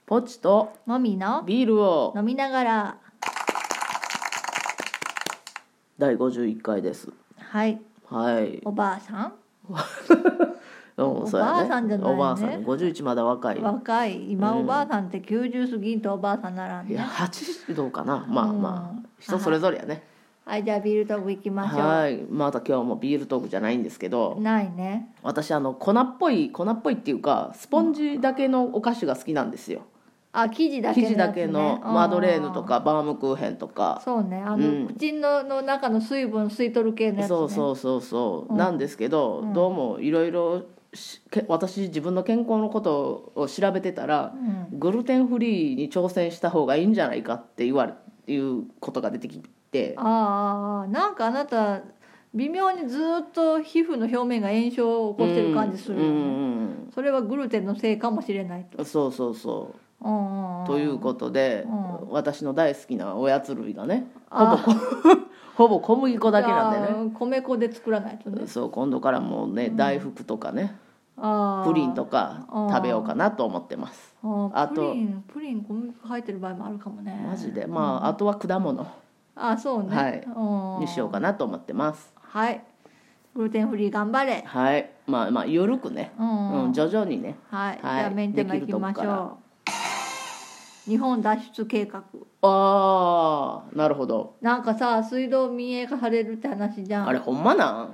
ポチともみのビールを飲みながら。 第51回です。 はい。 はい。 おばあさんおばあさんじゃないね。 おばあさん51まだ若い。 若い。今おばあさんって90過ぎんとおばあさんならんね。 いや80どうかな。まあ人それぞれやね。 はい、じゃあビールトーク行きましょう。 はい。また今日もビールトークじゃないんですけど、 ないね。 私粉っぽいっていうかスポンジだけのお菓子が好きなんですよ。 あ、生地だけのやつね。 生地だけのマドレーヌとかバームクーヘンとか。 そうね。口の中の水分吸い取る系のやつね。 そう、なんですけど、どうもいろいろ私自分の健康のことを調べてたら、グルテンフリーに挑戦した方がいいんじゃないかっていうことが出てきて。 なんかあなた微妙にずっと皮膚の表面が炎症を起こしてる感じするよね。それはグルテンのせいかもしれないと。 そうということで、私の大好きなおやつ類がねほぼ小麦粉だけなんでね。 米粉で作らないとね。 そう、今度からもうね、大福とかね、プリンとか食べようかなと思ってます。 あとプリン小麦粉入ってる場合もあるかもね。 マジで。あとは果物そうね、 はい、にしようかなと思ってます。 はい。グルテンフリー頑張れ。 はい。緩くね、徐々にね。 はい。じゃあメンテナン行きましょう。日本脱出計画。 なるほど。 なんかさ、水道民営化されるって話じゃん。 あれほんまなん？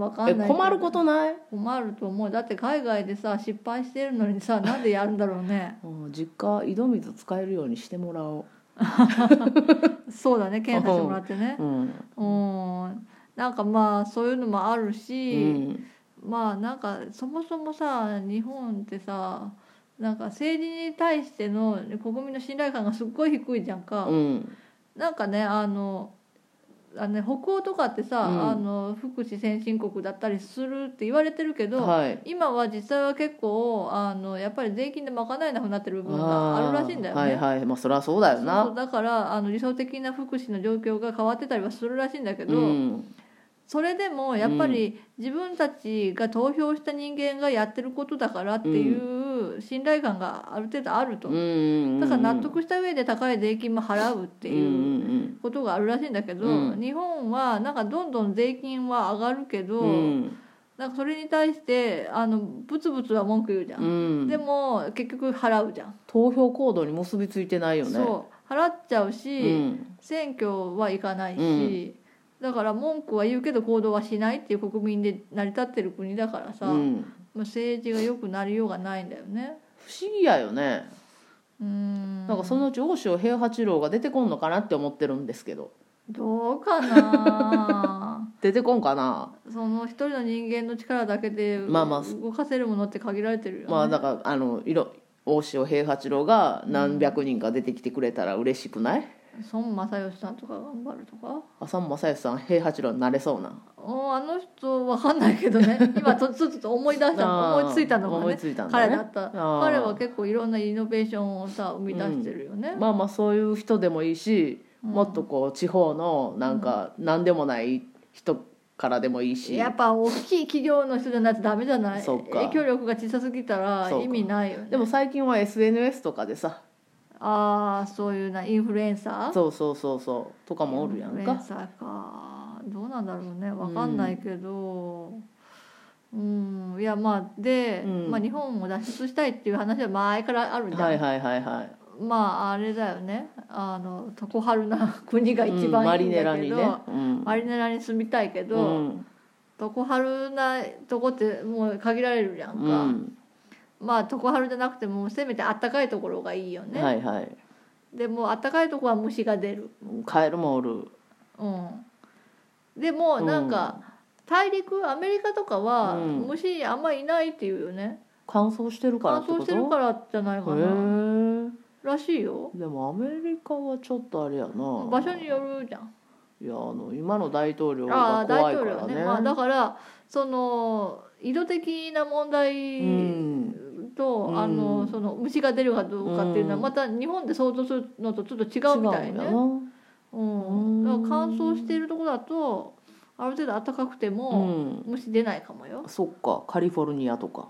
わかんない。 困ることない？ 困ると思う。だって海外でさ失敗してるのにさ、なんでやるんだろうね。 実家井戸水使えるようにしてもらおう。 そうだね、検査してもらってね。なんかそういうのもあるし、なんかそもそもさ、日本ってさ、なんか政治に対しての国民の信頼感がすっごい低いじゃんか。なんかね、北欧とかってさ、福祉先進国だったりするって言われてるけど、今は実際は結構やっぱり税金で賄えなくなってる部分があるらしいんだよね。 そりゃそうだよな。 そうだから理想的な福祉の状況が変わってたりはするらしいんだけど、それでもやっぱり自分たちが投票した人間がやってることだからっていう信頼感がある程度あると。だから納得した上で高い税金も払うっていうことがあるらしいんだけど、日本はなんかどんどん税金は上がるけど、なんかそれに対してブツブツは文句言うじゃん。でも結局払うじゃん。 投票行動に結びついてないよね。 そう払っちゃうし、選挙は行かないし、だから文句は言うけど行動はしないっていう国民で成り立ってる国だからさ、政治が良くなりようがないんだよね。 不思議やよね。なんかそのうち大塩平八郎が出てこんのかなって思ってるんですけど、 どうかな出てこんかな。 その一人の人間の力だけで動かせるものって限られてるよね。 だから大塩平八郎が何百人か出てきてくれたら嬉しくない？ 孫正義さんとか頑張るとか。 孫正義さん平八郎になれそうな。 あの人わかんないけどね。今ちょっと思いついたのがね、彼だった。彼は結構いろんなイノベーションをさ生み出してるよね。 そういう人でもいいし、もっとこう地方のなんか何でもない人からでもいいし、 やっぱ大きい企業の人じゃないとダメじゃない？影響力が小さすぎたら意味ないよね。 でも最近は SNS とかでさ、 そういうインフルエンサー、 そうとかもおるやんか。 インフルエンサーか、どうなんだろうね、分かんないけど、いや日本を脱出したいっていう話は前からあるじゃん。あれだよね、常春な国が一番いいんだけど、マリネラに住みたいけど、常春なとこってもう限られるじゃんか。常春じゃなくてもせめてあったかいところがいいよね。でもあったかいところは虫が出る。 カエルもおる。 でもなんか大陸アメリカとかは虫あんまりいないっていうよね。 乾燥してるからってこと？ 乾燥してるからじゃないかな。らしいよ。 でもアメリカはちょっとあれやな。 場所によるじゃん。 いや今の大統領が怖いからね。 だからその緯度的な問題と、その虫が出るかどうかっていうのはまた日本で想像するのとちょっと違うみたいね。だから乾燥しているところだとある程度暖かくても虫出ないかもよ。 そっか、カリフォルニアとか。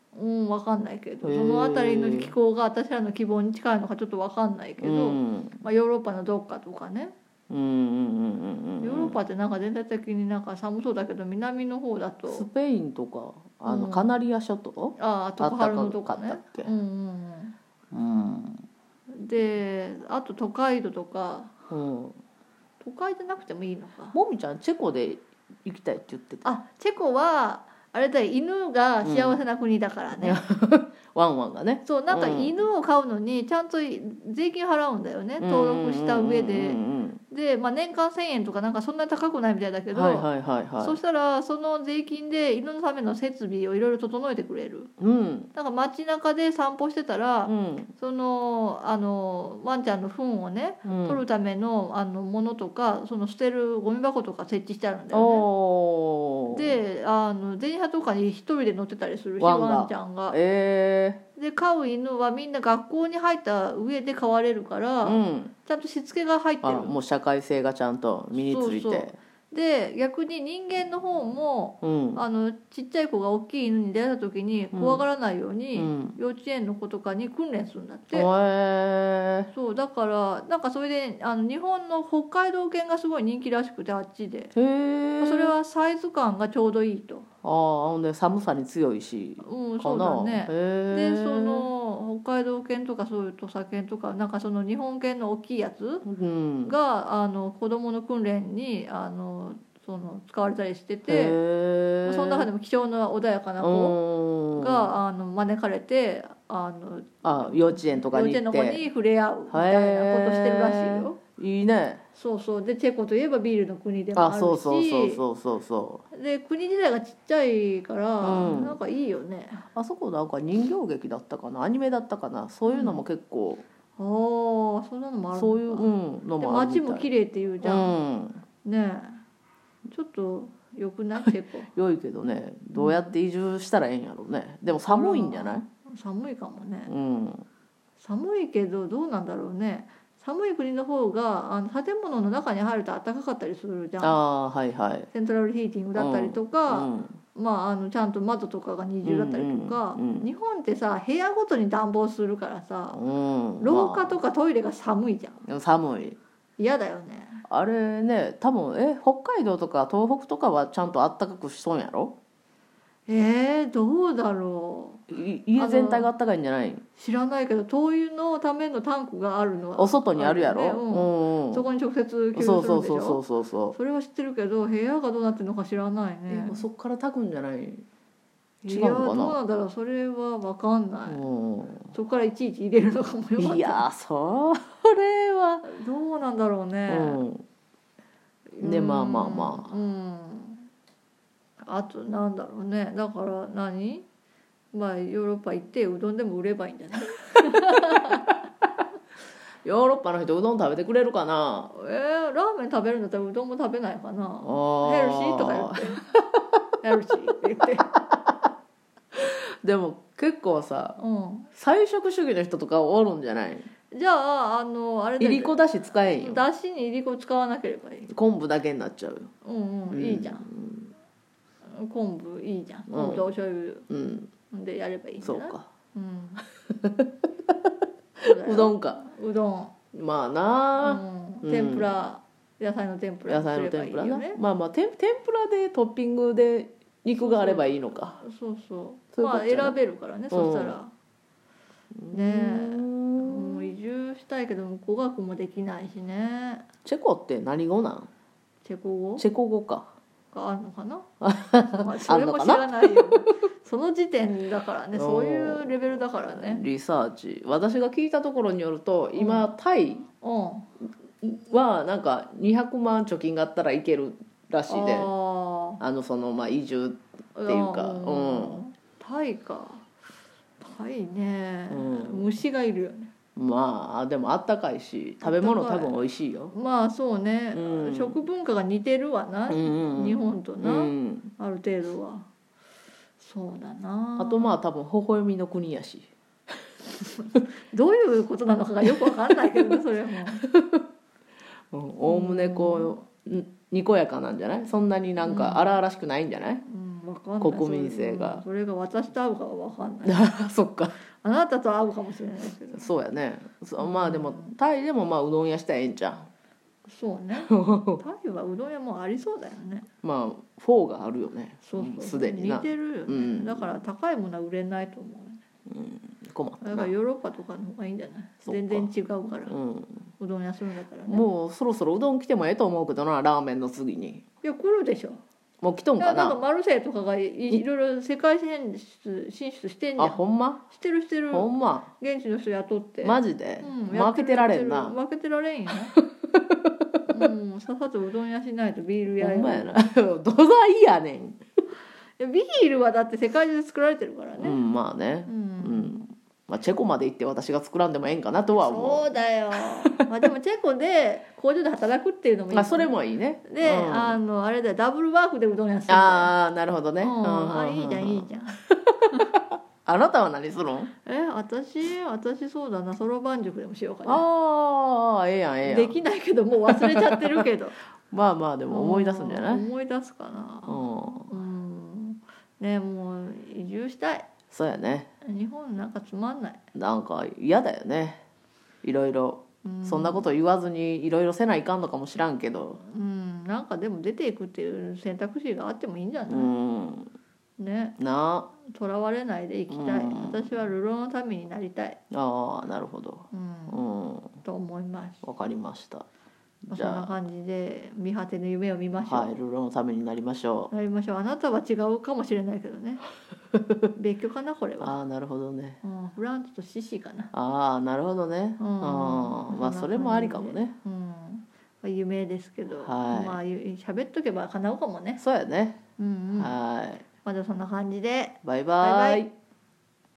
分かんないけど、その辺りの気候が私らの希望に近いのかちょっと分かんないけど、ヨーロッパのどっかとかね。ヨーロッパってなんか全体的になんか寒そうだけど、南の方だとスペインとかカナリア諸島、 常春のとかね。であと都会度とか、都会じゃなくてもいいのか。 もみちゃんチェコで行きたいって言ってた。 チェコはあれだよ、犬が幸せな国だからね、 ワンワンがね。 そう、なんか犬を飼うのにちゃんと税金払うんだよね、登録した上で。で、年間1,000円とかなんかそんなに高くないみたいだけど、そしたらその税金で犬のための設備をいろいろ整えてくれる。なんか街中で散歩してたら、そのワンちゃんの糞をね、取るためのものとか、その捨てるゴミ箱とか設置してあるんだよね。で電車とかに一人で乗ってたりするし、ワンちゃんが。で飼う犬はみんな学校に入った上で飼われるから、ちゃんとしつけが入ってる。 もう社会性がちゃんと身について。 で逆に人間の方も、ちっちゃい子が大きい犬に出会った時に怖がらないように、幼稚園の子とかに訓練するんだって。そうだからなんかそれで日本の北海道犬がすごい人気らしくて、あっちで。それはサイズ感がちょうどいいと。 ほんで寒さに強いし。 そうだね。でその北海道犬とかそういう土佐犬とか、なんかその日本犬の大きいやつが、子供の訓練に使われたりしてて、その中でも貴重な穏やかな子が招かれて、 幼稚園とかに行って幼稚園の子に触れ合うみたいなことしてるらしいよ。 いいね。 そうそう。でチェコといえばビールの国でもあるし、で国自体がちっちゃいから、なんかいいよね。 あそこなんか人形劇だったかな、アニメだったかな、そういうのも結構、 そんなのもあるのか。 そういうのもあるみたい。 で街も綺麗っていうじゃん、ねえ、ちょっとよくないチェコ。 良いけどね、どうやって移住したらええんやろうね。でも寒いんじゃない？ 寒いかもね、寒いけどどうなんだろうね。寒い国の方が建物の中に入ると暖かかったりするじゃん。セントラルヒーティングだったりとか、ちゃんと窓とかが二重だったりとか、日本ってさ部屋ごとに暖房するからさ、廊下とかトイレが寒いじゃん。 寒い。 嫌だよね。 あれね、多分北海道とか東北とかはちゃんと暖かくしそうやろ。 どうだろう。 家全体が暖かいんじゃない？ 知らないけど、灯油のためのタンクがあるのはお外にあるやろ、 そこに直接給油するんでしょ。 そうそれは知ってるけど、部屋がどうなってるのか知らないね。 そこから炊くんじゃない？ 違うのかな。どうなんだろう、それは分かんない。そこからいちいち入れるのかもよかった。 いやそれはどうなんだろうね。 でまああとなんだろうね。だから何？ヨーロッパ行ってうどんでも売ればいいんじゃない？ ヨーロッパの人うどん食べてくれるかな？ ラーメン食べるんだったらうどんも食べないかな。ヘルシーとか言ってヘルシーって言ってでも結構さ、菜食主義の人とかおるんじゃない？ じゃああれいりこだし使えんよ。 だしにいりこ使わなければいい。 昆布だけになっちゃうよ。 いいじゃん。昆布いいじゃん。昆布とお醤油でやればいいんじゃない？そうか。 うどんか。 うどん。 まあな。 天ぷら、野菜の天ぷらすればいいよね。 天ぷらでトッピングで肉があればいいのか。 そう選べるからね。そしたらねえ。移住したいけど語学もできないしね。 チェコって何語なん？ チェコ語？ チェコ語か。 があるのかな。それも知らないよ。その時点だからね、そういうレベルだからね。 リサーチ。私が聞いたところによると、今タイはなんか200万貯金があったらいけるらしいで、移住っていうか、 タイか。タイね、虫がいるよね。 でもあったかいし食べ物多分美味しいよ。 そうね、食文化が似てるわな、日本とな、ある程度は。そうだな。 あと多分微笑みの国やしどういうことなのかがよく分かんないけどね、それもおおむねこうにこやかなんじゃない？そんなになんか荒々しくないんじゃない？ 分わかんない国民性がそれが私と合うかはわかんないそっかあなたと合うかもしれないですけどそうやねまあでもタイでもまあうどん屋したらええんちゃそうねタイはうどん屋もありそうだよねうまあフォーがあるよねそうそうすでにな似てるよね、だから高いものは売れないと思うよね、 困ったなだからヨーロッパとかの方がいいんじゃない全然違うから、うどん屋するんだからねもうそろそろうどん来てもええと思うけどなラーメンの次にいや来るでしょもう来とんいやかななんかマルセイとかがいろいろ世界進出してんじゃんほんましてるほんま現地の人雇ってマジで、 や負けてられんな負けてられんよさっさとうどん屋しないとビール屋ほんまやな土台やねんいやビールはだって世界中で作られてるからね、 まあねまあ、チェコまで行って私が作らんでもええんかなとは思うそうだよまあでもチェコで工場で働くっていうのもいい、 まあそれもいいねで、あれだよダブルワークでうどん屋するんだよああなるほどね、 いいじゃんいいじゃんあなたは何するん私そうだなそろばん塾でもしようかなああええやんええやんできないけどもう忘れちゃってるけどまあまあでも思い出すんじゃない思い出すかなねもう移住したいそうやね日本なんかつまんないなんか嫌だよねいろいろそんなこと言わずにいろいろせないかんのかもしらんけどなんかでも出ていくっていう選択肢があってもいいんじゃないねなとらわれないで生きたい私は流浪の民になりたいああなるほどと思いますわかりましたそんな感じで見果ての夢を見ましょうはい流浪のためになりましょうあなたは違うかもしれないけどね別居かなこれはああなるほどねフランスとシシかなああなるほどねまあそれもありかもね夢ですけどまあ喋っとけば叶うかもねそうやねはいまだそんな感じでバイバイ